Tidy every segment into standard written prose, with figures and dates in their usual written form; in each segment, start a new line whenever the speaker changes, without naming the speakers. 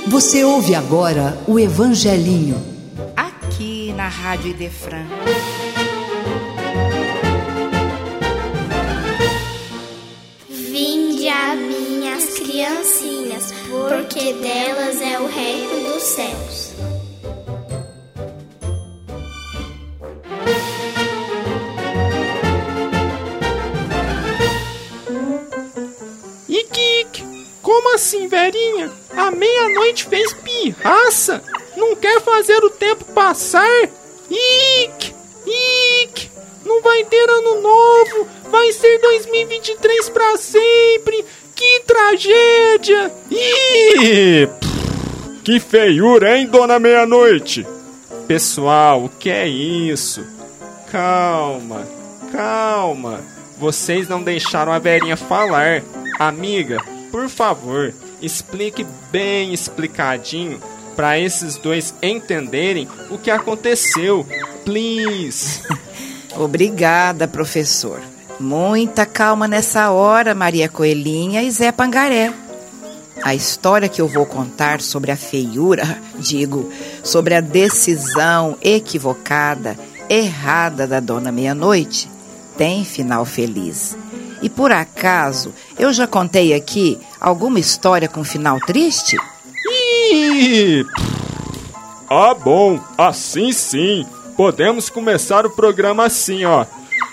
Você ouve agora o Evangelinho.
Aqui na Rádio Idefran.
Vinde a mim as criancinhas, porque delas é o reino dos céus.
Como assim, Verinha? A meia-noite fez pirraça? Não quer fazer o tempo passar? Ique! Não vai ter ano novo! Vai ser 2023 pra sempre! Que tragédia!
Que feiura, hein, dona Meia-Noite?
Pessoal, o que é isso? Calma. Vocês não deixaram a Verinha falar. Amiga, por favor, explique bem explicadinho para esses dois entenderem o que aconteceu. Please.
Obrigada, professor. Muita calma nessa hora, Maria Coelhinha e Zé Pangaré. A história que eu vou contar sobre a feiura, sobre a decisão equivocada, errada da Dona Meia-Noite, tem final feliz. E por acaso, eu já contei aqui alguma história com final triste?
Bom, assim sim. Podemos começar o programa assim, ó.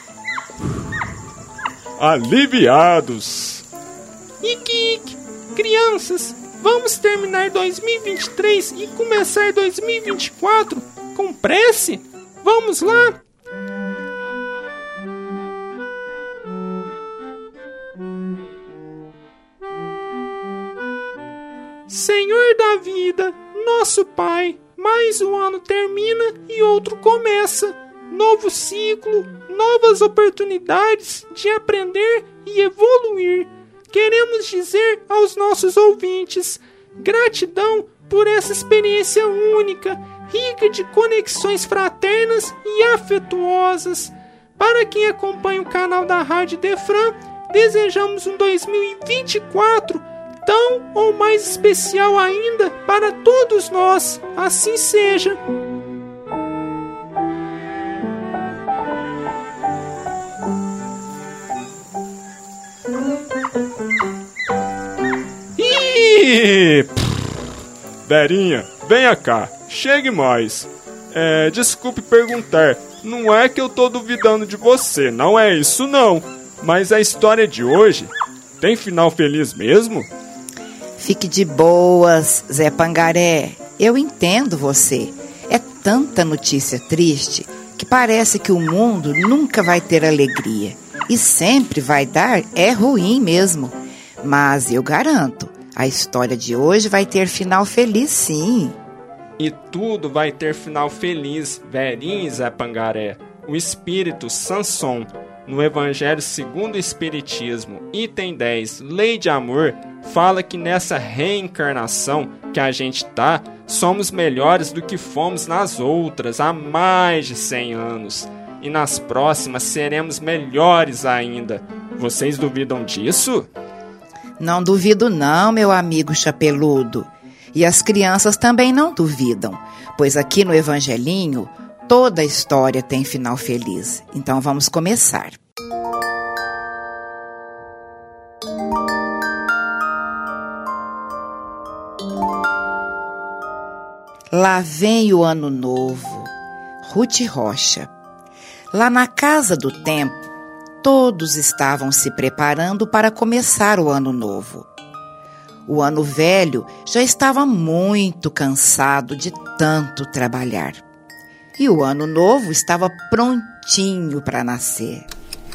Aliviados.
Crianças, vamos terminar 2023 e começar 2024 com prece? Vamos lá? Senhor da vida, nosso Pai, mais um ano termina e outro começa. Novo ciclo, novas oportunidades de aprender e evoluir. Queremos dizer aos nossos ouvintes, gratidão por essa experiência única, rica de conexões fraternas e afetuosas. Para quem acompanha o canal da Rádio Idefran, desejamos um 2024 tão ou mais especial ainda para todos nós. Assim seja.
Verinha, venha cá, chegue mais. Desculpe perguntar, não é que eu tô duvidando de você, não é isso não. Mas a história de hoje tem final feliz mesmo?
Fique de boas, Zé Pangaré. Eu entendo você. É tanta notícia triste que parece que o mundo nunca vai ter alegria. E sempre vai dar ruim mesmo. Mas eu garanto, a história de hoje vai ter final feliz sim.
E tudo vai ter final feliz, Verinha e Zé Pangaré. O espírito Samson, no Evangelho segundo o Espiritismo, item 10, Lei de Amor, fala que nessa reencarnação que a gente tá, somos melhores do que fomos nas outras há mais de 100 anos. E nas próximas seremos melhores ainda. Vocês duvidam disso?
Não duvido não, meu amigo chapeludo. E as crianças também não duvidam, pois aqui no Evangelinho, toda a história tem final feliz. Então vamos começar. Lá vem o ano novo. Ruth Rocha. Lá na Casa do Tempo, todos estavam se preparando para começar o ano novo. O ano velho já estava muito cansado de tanto trabalhar. E o ano novo estava prontinho para nascer.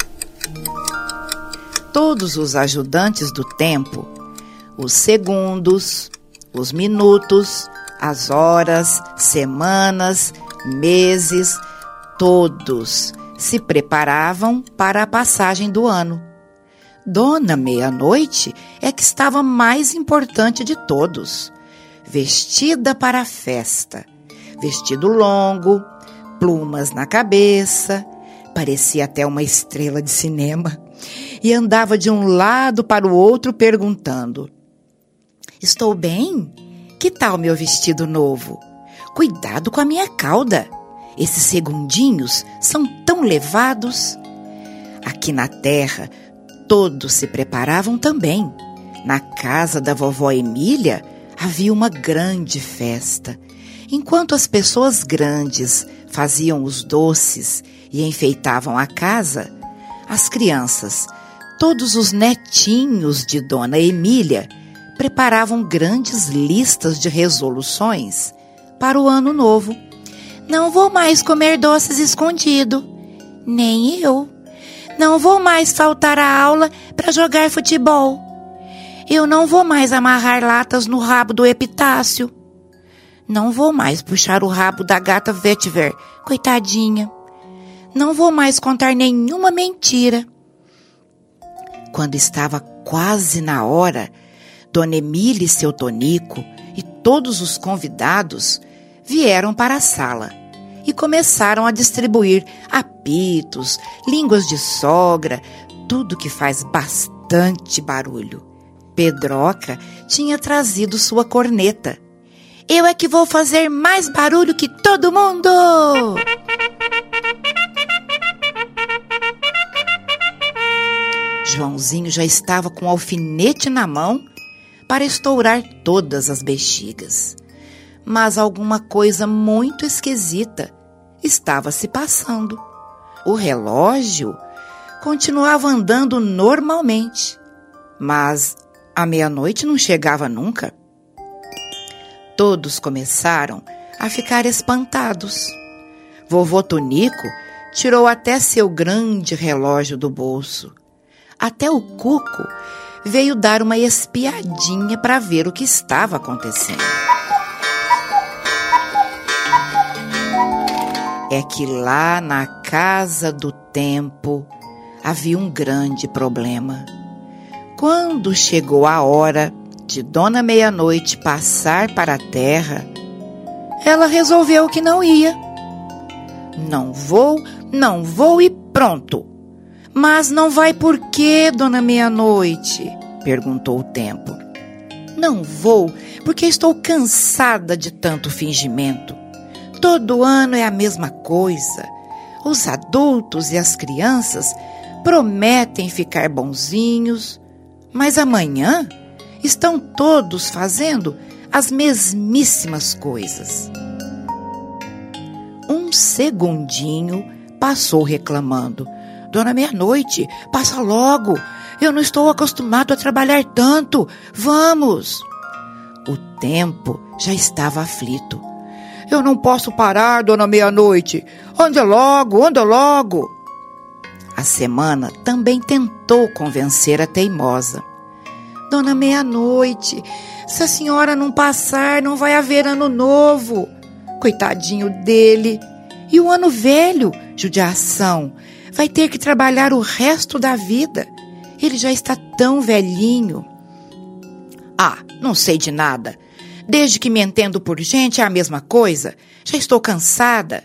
Todos os ajudantes do tempo, os segundos, os minutos, as horas, semanas, meses, todos se preparavam para a passagem do ano. Dona Meia-Noite é que estava mais importante de todos, vestida para a festa, vestido longo, plumas na cabeça, parecia até uma estrela de cinema, e andava de um lado para o outro perguntando: "Estou bem? Que tal meu vestido novo? Cuidado com a minha cauda. Esses segundinhos são tão levados. Aqui na terra, todos se preparavam também. Na casa da vovó Emília, havia uma grande festa. Enquanto as pessoas grandes faziam os doces e enfeitavam a casa, as crianças, todos os netinhos de Dona Emília, preparavam grandes listas de resoluções para o ano novo. Não vou mais comer doces escondido. Nem eu. Não vou mais faltar à aula para jogar futebol. Eu não vou mais amarrar latas no rabo do Epitácio. Não vou mais puxar o rabo da gata Vetiver, coitadinha. Não vou mais contar nenhuma mentira. Quando estava quase na hora, Dona Emília e seu Tonico e todos os convidados vieram para a sala e começaram a distribuir apitos, línguas de sogra, tudo que faz bastante barulho. Pedroca tinha trazido sua corneta. Eu é que vou fazer mais barulho que todo mundo! Joãozinho já estava com o alfinete na mão para estourar todas as bexigas. Mas alguma coisa muito esquisita estava se passando. O relógio continuava andando normalmente, mas a meia-noite não chegava nunca. Todos começaram a ficar espantados. Vovô Tonico tirou até seu grande relógio do bolso. Até o Cuco veio dar uma espiadinha para ver o que estava acontecendo. É que lá na casa do tempo havia um grande problema. Quando chegou a hora de Dona Meia-Noite passar para a terra, ela resolveu que não ia. Não vou e pronto. Mas não vai por quê, Dona Meia-Noite? Perguntou o tempo. Não vou porque estou cansada de tanto fingimento. Todo ano é a mesma coisa. Os adultos e as crianças prometem ficar bonzinhos, mas amanhã estão todos fazendo as mesmíssimas coisas. Um segundinho passou reclamando. Dona Meia-Noite, passa logo. Eu não estou acostumado a trabalhar tanto. Vamos! O tempo já estava aflito. Eu não posso parar, Dona Meia-Noite. Anda logo, anda logo. A semana também tentou convencer a teimosa. Dona Meia-Noite, se a senhora não passar, não vai haver ano novo. Coitadinho dele. E o ano velho, judiação, vai ter que trabalhar o resto da vida. Ele já está tão velhinho. Ah, não sei de nada. Desde que me entendo por gente é a mesma coisa. Já estou cansada.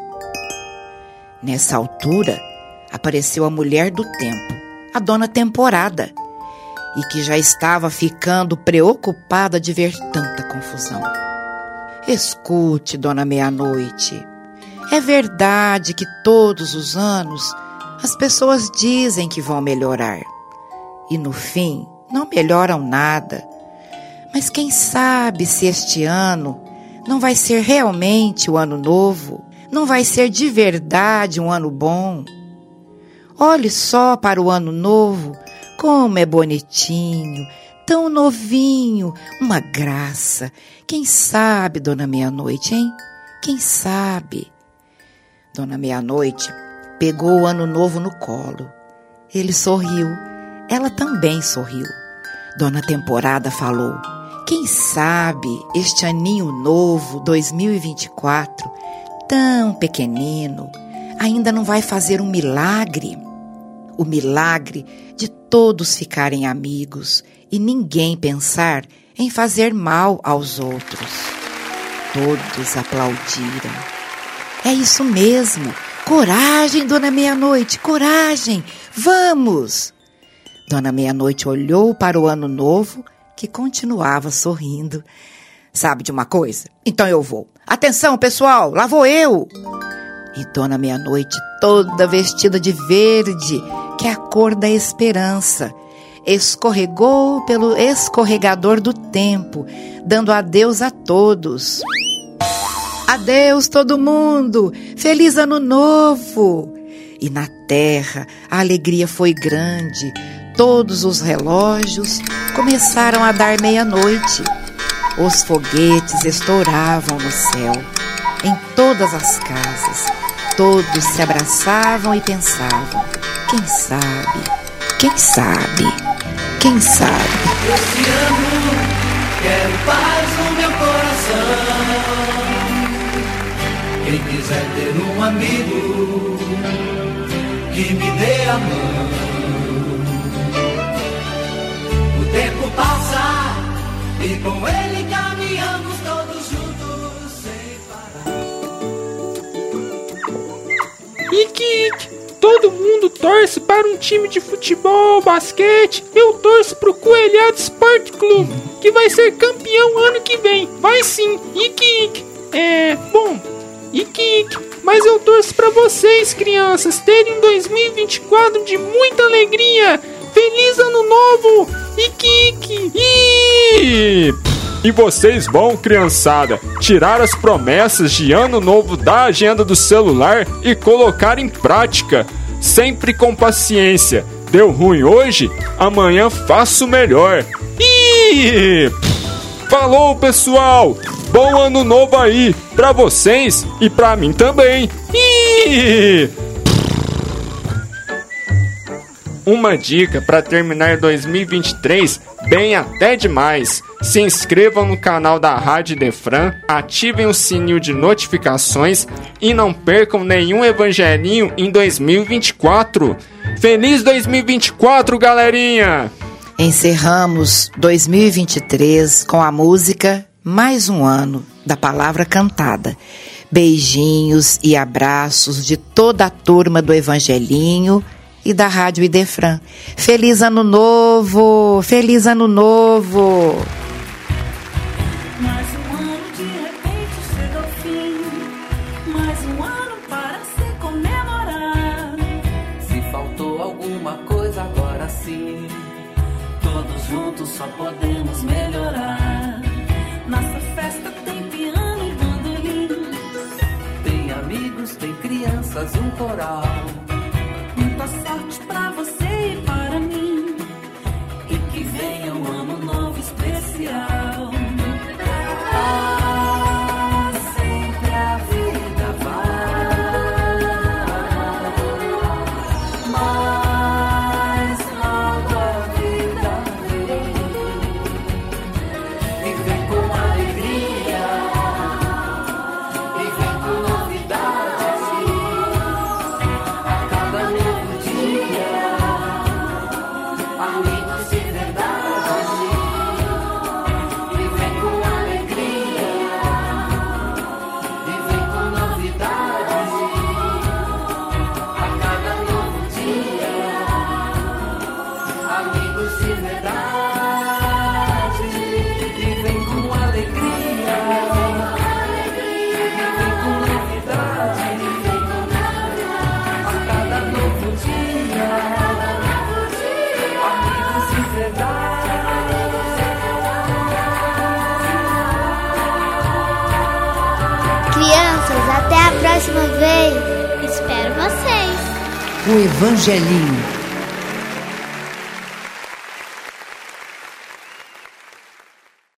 Nessa altura, apareceu a mulher do tempo, a Dona Temporada, e que já estava ficando preocupada de ver tanta confusão. Escute, Dona Meia-Noite. É verdade que todos os anos as pessoas dizem que vão melhorar. E no fim, não melhoram nada. Mas quem sabe se este ano não vai ser realmente o ano novo? Não vai ser de verdade um ano bom? Olhe só para o ano novo, como é bonitinho, tão novinho, uma graça. Quem sabe, Dona Meia-Noite, hein? Quem sabe? Dona Meia-Noite pegou o ano novo no colo. Ele sorriu. Ela também sorriu. Dona Temporada falou: quem sabe este aninho novo, 2024, tão pequenino, ainda não vai fazer um milagre? O milagre de todos ficarem amigos e ninguém pensar em fazer mal aos outros. Todos aplaudiram. É isso mesmo. Coragem, Dona Meia-Noite, coragem. Vamos! Dona Meia-Noite olhou para o ano novo, que continuava sorrindo. Sabe de uma coisa? Então eu vou. Atenção, pessoal, lá vou eu. E Dona Meia-Noite, toda vestida de verde, que é a cor da esperança, escorregou pelo escorregador do tempo, dando adeus a todos. Adeus, todo mundo! Feliz Ano Novo! E na terra a alegria foi grande. Todos os relógios começaram a dar meia-noite. Os foguetes estouravam no céu. Em todas as casas, todos se abraçavam e pensavam: quem sabe, quem sabe, quem sabe.
Esse ano quero paz no meu coração. Quem quiser ter um amigo que me dê a mão. O tempo passa e com ele caminhamos todos juntos sem parar.
Ike, todo mundo torce para um time de futebol, basquete. Eu torço pro Coelhado Sport Clube, que vai ser campeão ano que vem. Vai sim, Ike. Bom, Ike, mas eu torço para vocês, crianças, terem um 2024 de muita alegria. Feliz Ano Novo, Ike.
E vocês vão, criançada, tirar as promessas de Ano Novo da agenda do celular e colocar em prática, sempre com paciência. Deu ruim hoje? Amanhã faço melhor. Falou, pessoal! Bom Ano Novo aí, pra vocês e pra mim também. Uma dica para terminar 2023 bem até demais. Se inscrevam no canal da Rádio Idefran, ativem o sininho de notificações e não percam nenhum evangelinho em 2024. Feliz 2024, galerinha!
Encerramos 2023 com a música Mais um Ano, da Palavra Cantada. Beijinhos e abraços de toda a turma do Evangelinho e da Rádio Idefran. Feliz Ano Novo! Feliz Ano Novo!
Mais um ano de repente chega ao fim. Mais um ano para se comemorar.
Se faltou alguma coisa, agora sim, todos juntos só podemos melhorar.
Nossa festa tem piano e bandolim.
Tem amigos, tem crianças e um coral.
Muita sorte pra você e para mim.
E que venha um ano novo especial. Sempre a vida vai, mas logo a vida vem. E vem com alegria, e vem com novidades. A cada novo dia, amigos de verdade. E vem com alegria, e vem com novidades. A cada novo dia, amigos de verdade. E vem com alegria, e vem com novidade. A cada novo dia, amigos de verdade.
Crianças, até a próxima vez. Espero vocês.
O Evangelinho.